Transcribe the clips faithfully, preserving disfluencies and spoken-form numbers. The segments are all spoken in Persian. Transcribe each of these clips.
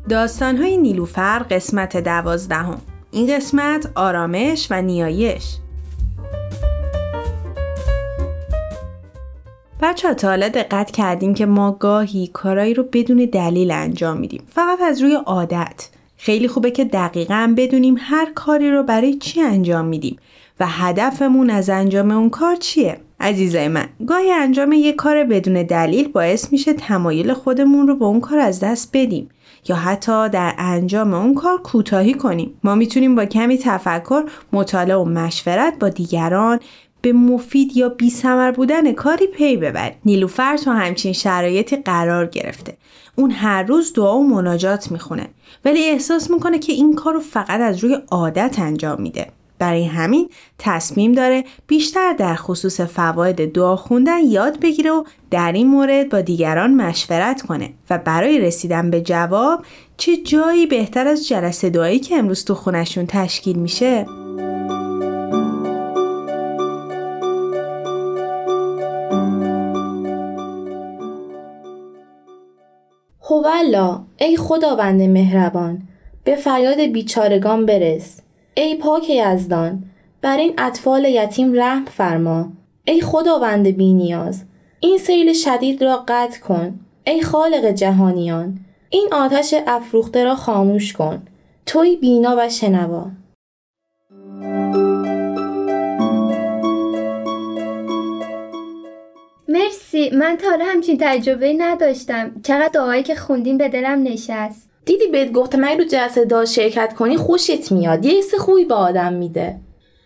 داستان‌های نیلوفر قسمت دوازدهم. این قسمت آرامش و نیایش. بچه‌ها تا حالا دقت کردین که ما گاهی کارایی رو بدون دلیل انجام میدیم، فقط از روی عادت. خیلی خوبه که دقیقاً بدونیم هر کاری رو برای چی انجام میدیم و هدفمون از انجام اون کار چیه. عزیزای من، گاهی انجام یک کار بدون دلیل باعث میشه تمایل خودمون رو به اون کار از دست بدیم یا حتی در انجام اون کار کوتاهی کنیم. ما میتونیم با کمی تفکر، مطالعه و مشورت با دیگران به مفید یا بی‌ثمر بودن کاری پی ببریم. نیلوفر تو همچین شرایطی قرار گرفته. اون هر روز دعا و مناجات میخونه، ولی احساس میکنه که این کارو فقط از روی عادت انجام میده. برای همین تصمیم داره بیشتر در خصوص فواید دعا خوندن یاد بگیره و در این مورد با دیگران مشورت کنه و برای رسیدن به جواب چه جایی بهتر از جلسه دعایی که امروز تو خونشون تشکیل میشه؟ هولا، ای خداوند مهربان، به فریاد بیچارگان برس. ای پاک یزدان، بر این اطفال یتیم رحم فرما. ای خداوند بی‌نیاز، این سیل شدید را قطع کن. ای خالق جهانیان، این آتش افروخته را خاموش کن. توی بینا و شنوا. مرسی، من تا حالا همچین تجربه نداشتم. چقدر دعایی که خوندیم به دلم نشست. دیدی بهت گفتم اگه رو جلسه دعا شرکت کنی خوشت میاد، یه حس خوبی به آدم میده.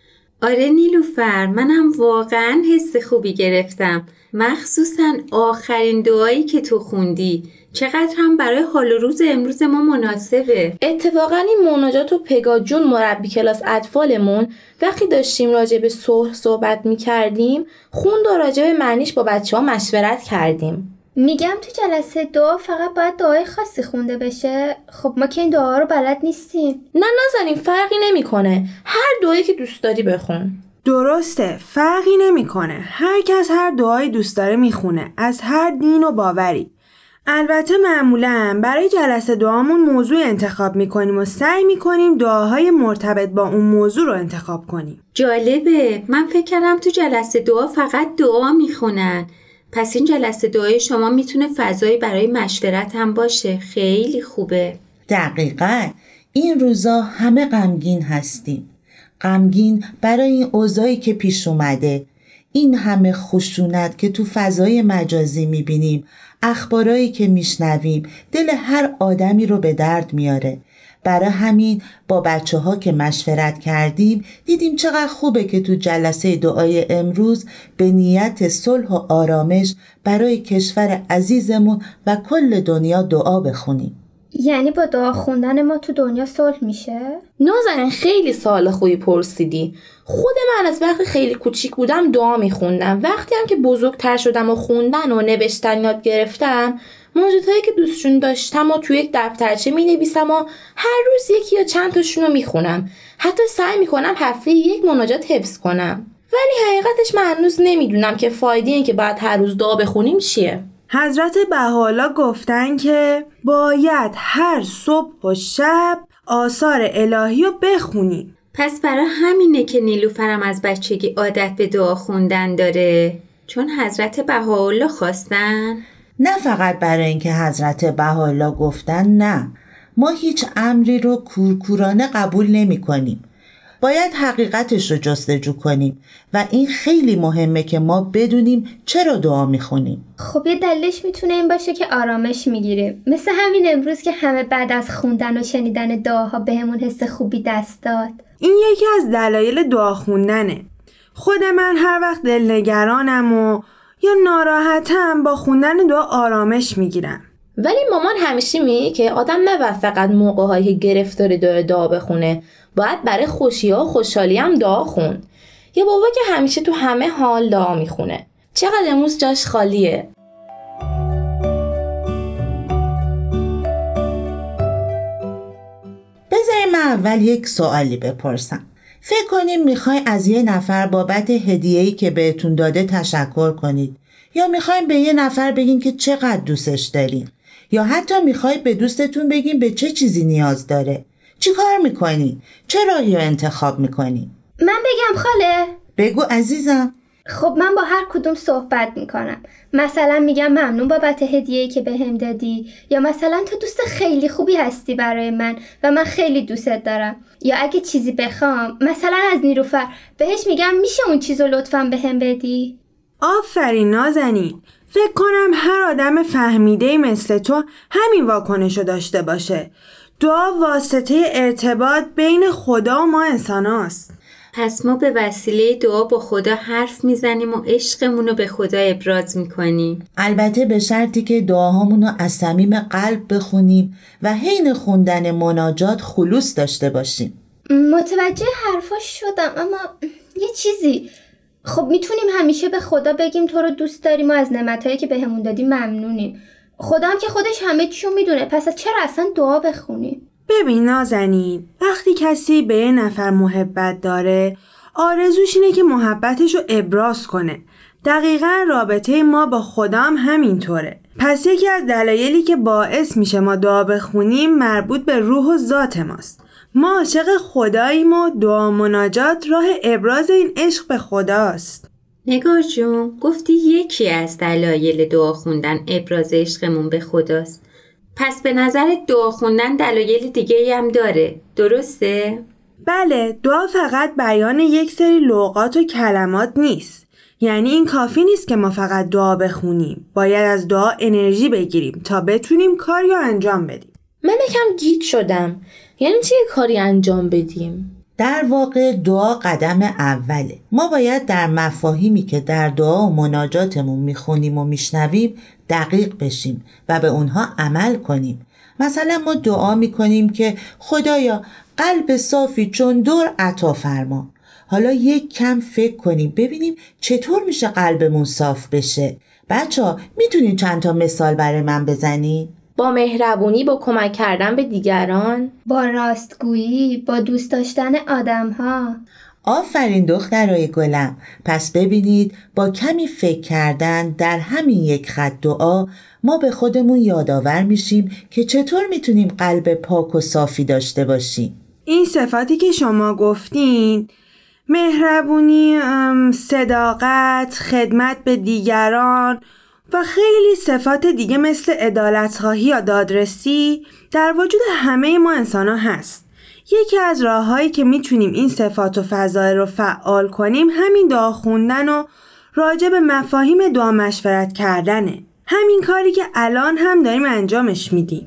آره نیلوفر، منم واقعا حس خوبی گرفتم، مخصوصا آخرین دعایی که تو خوندی. چقدر هم برای حال و روز امروز ما مناسبه. اتفاقا این مناجات و پگا جون مربی کلاس اطفالمون وقتی داشتیم راجع به صلح صحبت میکردیم خوند و راجع به معنیش با بچه ها مشورت کردیم. میگم تو جلسه دعا فقط باید دعای خاصی خونده بشه؟ خب ما که این دعا رو بلد نیستیم. نه نازنین، فرقی نمیکنه، هر دعایی که دوست داری بخون. درسته، فرقی نمیکنه. هر کس هر دعایی دوست داره میخونه، از هر دین و باوری. البته معمولاً برای جلسه دعامون موضوع انتخاب میکنیم و سعی میکنیم دعاهای مرتبط با اون موضوع رو انتخاب کنیم. جالبه، من فکر کردم تو جلسه دعا فقط دعا میخونن. پس این جلسه دعای شما میتونه فضایی برای مشورت هم باشه. خیلی خوبه. دقیقاً، این روزا همه غمگین هستیم. غمگین برای این اوضاعی که پیش اومده، این همه خشونت که تو فضای مجازی میبینیم، اخبارایی که میشنویم دل هر آدمی رو به درد میاره. برای همین با بچه ها که مشورت کردیم دیدیم چقدر خوبه که تو جلسه دعای امروز به نیت صلح و آرامش برای کشور عزیزمون و کل دنیا دعا بخونیم. یعنی با دعا خوندن ما تو دنیا صلح میشه؟ نازنین خیلی سوال خوبی پرسیدی. خود من از وقتی خیلی کوچیک بودم دعا میخوندم. وقتی هم که بزرگتر شدم و خوندن و نوشتن یاد گرفتم، موضوعاتی که دوستشون داشتم و توی یک دفترچه مینویسم و هر روز یکی یا چند تاشون رو میخونم. حتی سعی میکنم هفته یک مناجات حفظ کنم. ولی حقیقتش من هنوز نمیدونم که فایده این که باید هر روز دعا بخونیم چیه. حضرت بهاءالله گفتن که باید هر صبح و شب آثار الهی رو بخونیم. پس برای همینه که نیلوفرم از بچگی عادت به دعا خوندن داره، چون حضرت بهاءالله خواستن؟ نه فقط برای اینکه حضرت بهاءالله گفتن، نه. ما هیچ امری رو کورکورانه قبول نمی کنیم. باید حقیقتش رو جستجو کنیم و این خیلی مهمه که ما بدونیم چرا دعا میخونیم. خب یه دلیلش میتونه این باشه که آرامش میگیریم، مثل همین امروز که همه بعد از خوندن و شنیدن دعاها بهمون حس خوبی دست داد. این یکی از دلایل دعا خوندنه. خود من هر وقت دلنگرانم و یا ناراحتم با خوندن دعا آرامش میگیرم. ولی مامان همیشه میگه که آدم نباید فقط موقع‌هایی که گرفتار داره دعا بخونه، باید برای خوشی‌ها و خوشحالی هم دعا خون. یا بابا که همیشه تو همه حال دعا میخونه. چقدر امروز جاش خالیه. بذاری من اول یک سوالی بپرسم. فکر کنیم میخوای از یه نفر بابت هدیه‌ای که بهتون داده تشکر کنید، یا میخوایم به یه نفر بگین که چقدر دوستش دارین، یا حتی میخوای به دوستتون بگین به چه چیزی نیاز داره. چی کار میکنی؟ چه راهی رو انتخاب میکنی؟ من بگم خاله؟ بگو عزیزم. خب من با هر کدوم صحبت میکنم. مثلا میگم ممنون بابت هدیه‌ای که بهم دادی، یا مثلا تو دوست خیلی خوبی هستی برای من و من خیلی دوستت دارم. یا اگه چیزی بخوام مثلا از نیلوفر بهش میگم میشه اون چیزو لطفاً بهم بدی؟ آفرین نازنین. فکر کنم هر آدم فهمیده‌ای مثل تو همین واکنشو داشته باشه. دعا واسطه ارتباط بین خدا و ما انساناست. پس ما به وسیله دعا با خدا حرف میزنیم و عشقمون رو به خدا ابراز میکنیم. البته به شرطی که دعاهامون رو از صمیم قلب بخونیم و حین خوندن مناجات خلوص داشته باشیم. متوجه حرفاش شدم، اما یه چیزی. خب میتونیم همیشه به خدا بگیم تو رو دوست داریم و از نعمتایی که بهمون دادی ممنونیم. خدا هم که خودش همه چیو میدونه، پس چرا اصلا دعا بخونیم؟ ببین نازنین، وقتی کسی به یه نفر محبت داره آرزوش اینه که محبتشو ابراز کنه. دقیقاً رابطه ما با خدا هم همینطوره. پس یکی از دلایلی که باعث میشه ما دعا بخونیم مربوط به روح و ذات ماست. ما عاشق خداییم و دعا مناجات راه ابراز این عشق به خداست. نگار جون، گفتی یکی از دلایل دعا خوندن ابراز عشقمون به خداست. پس به نظر دعا خوندن دلایل دیگه هم داره، درسته؟ بله، دعا فقط بیان یک سری لغات و کلمات نیست. یعنی این کافی نیست که ما فقط دعا بخونیم. باید از دعا انرژی بگیریم تا بتونیم کاری رو انجام بدیم. من یکم گیج شدم. یعنی چه کاری انجام بدیم؟ در واقع دعا قدم اوله. ما باید در مفاهیمی که در دعا و مناجاتمون میخونیم و میشنویم دقیق بشیم و به اونها عمل کنیم. مثلا ما دعا میکنیم که خدایا قلب صافی چون دور عطا فرما. حالا یک کم فکر کنیم ببینیم چطور میشه قلبمون صاف بشه. بچه ها میتونین چند تا مثال برای من بزنین؟ با مهربونی، با کمک کردن به دیگران، با راستگویی، با دوست داشتن آدم‌ها. آفرین دخترای گلم. پس ببینید با کمی فکر کردن در همین یک خط دعا ما به خودمون یادآور میشیم که چطور میتونیم قلب پاک و صافی داشته باشیم. این صفاتی که شما گفتین، مهربونی، صداقت، خدمت به دیگران و خیلی صفات دیگه مثل عدالت‌خواهی یا دادرسی در وجود همه ما انسان‌ها هست. یکی از راه‌هایی که میتونیم این صفات و فضایل رو فعال کنیم همین دعا خوندن و راجع به مفاهیم دعا مشورت کردنه. همین کاری که الان هم داریم انجامش میدیم.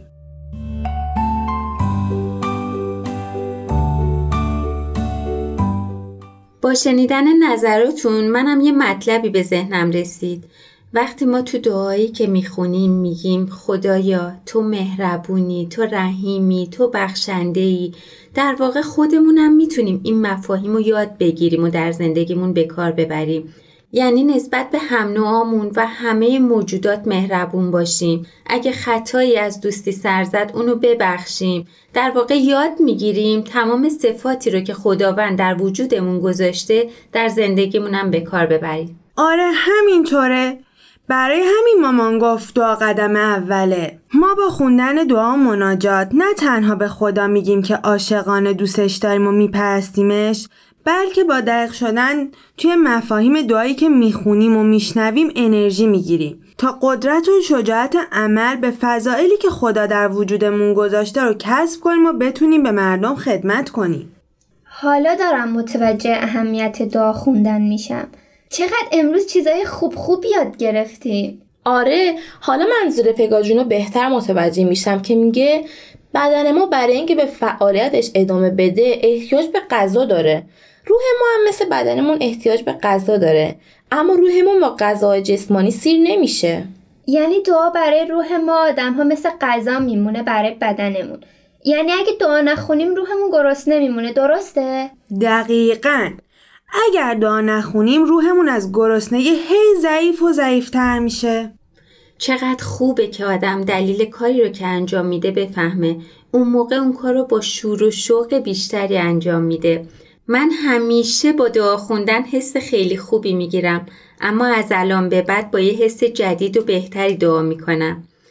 با شنیدن نظراتون منم یه مطلبی به ذهنم رسید. وقتی ما تو دعایی که میخونیم میگیم خدایا تو مهربونی، تو رحیمی، تو بخشنده‌ای، در واقع خودمونم میتونیم این مفاهیم رو یاد بگیریم و در زندگیمون به کار ببریم. یعنی نسبت به هم نوعامون و همه موجودات مهربون باشیم. اگه خطایی از دوستی سر زد اونو ببخشیم. در واقع یاد میگیریم تمام صفاتی رو که خداوند در وجودمون گذاشته در زندگیمون هم به کار ببریم. آره همینطوره. برای همین مامان گفت دعا قدم اوله. ما با خوندن دعا و مناجات نه تنها به خدا میگیم که عاشقانه دوستش داریم و میپرستیمش، بلکه با دقیق شدن توی مفاهیم دعایی که میخونیم و میشنویم انرژی میگیریم تا قدرت و شجاعت عمل به فضائلی که خدا در وجودمون گذاشته رو کسب کنیم و بتونیم به مردم خدمت کنیم. حالا دارم متوجه اهمیت دعا خوندن میشم. چقدر امروز چیزای خوب خوب یاد گرفتیم. آره، حالا منظور پگاجون رو بهتر متوجه میشم که میگه بدن ما برای اینکه به فعالیتش ادامه بده احتیاج به غذا داره. روح ما هم مثل بدنمون احتیاج به غذا داره، اما روحمون با غذای جسمانی سیر نمیشه. یعنی دعا برای روح ما آدم ها مثل غذا میمونه برای بدنمون. یعنی اگه دعا نخونیم روحمون گرسنه میمونه، درسته؟ دقیقاً. اگر دعا نخونیم روحمون از گرسنگی هی ضعیف و ضعیفتر میشه. چقدر خوبه که آدم دلیل کاری رو که انجام میده بفهمه. اون موقع اون کار رو با شور و شوق بیشتری انجام میده. من همیشه با دعا خوندن حس خیلی خوبی میگیرم، اما از الان به بعد با یه حس جدید و بهتری دعا میکنم.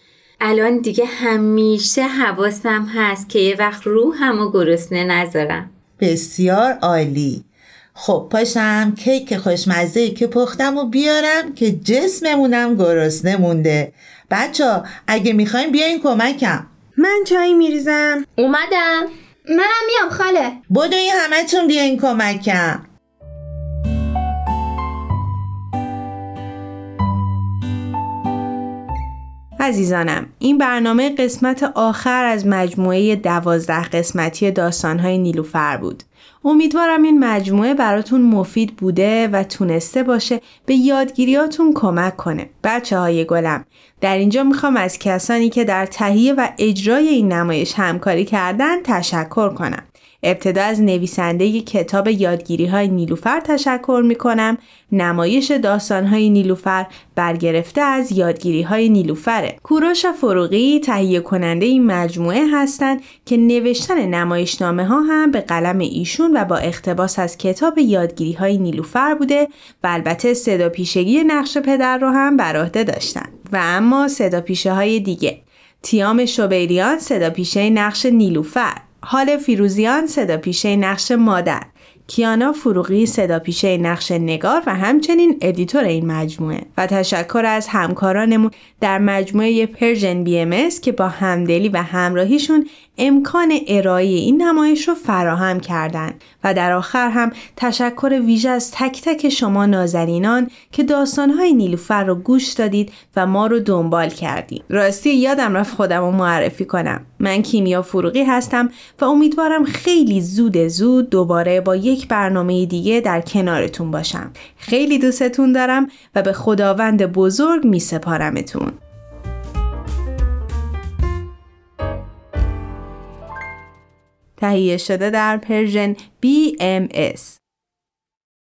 الان دیگه همیشه حواسم هست که یه وقت روحمو گرسنه نذارم. بسیار عالی. خب پاشم کیک خوشمزه‌ای که پختم و بیارم که جسممونم گرسنه مونده. بچه‌ها اگه میخواین بیاین کمکم. من چای میریزم. اومدم. منم میام خاله. بدوین همتون بیاین کمکم. عزیزانم، این برنامه قسمت آخر از مجموعه دوازده قسمتی داستان‌های نیلوفر بود. امیدوارم این مجموعه براتون مفید بوده و تونسته باشه به یادگیریاتون کمک کنه. بچه های گلم، در اینجا میخوام از کسانی که در تهیه و اجرای این نمایش همکاری کردن تشکر کنم. ابتدا از نویسنده کتاب یادگیری های نیلوفر تشکر می کنم. نمایش داستان های نیلوفر برگرفته از یادگیری های نیلوفره. کوروش فروغی تهیه کننده این مجموعه هستند که نوشتن نمایشنامه ها هم به قلم ایشون و با اقتباس از کتاب یادگیری های نیلوفر بوده و البته صدا پیشگی نقش پدر رو هم بر عهده داشتن. و اما صدا پیشه های دیگه: تیام شوبیریان صدا پیشه نقش نیلوفر، حال فیروزیان صدا پیشه نقش مادر، کیانا فروغی صدا پیشه نقش نگار و همچنین ادیتور این مجموعه. و تشکر از همکارانمون در مجموعه پرژن بی ام اس که با همدلی و همراهیشون امکان ارائه این نمایش رو فراهم کردن. و در آخر هم تشکر ویژه از تک تک شما نازنینان که داستان‌های نیلوفر رو گوش دادید و ما رو دنبال کردید. راستی یادم رفت خودم رو معرفی کنم. من کیمیا فروغی هستم و امیدوارم خیلی زود زود دوباره با یک برنامه دیگه در کنارتون باشم. خیلی دوستتون دارم و به خداوند بزرگ می سپارمتون. تهیه شده در پرژن بی ام اس.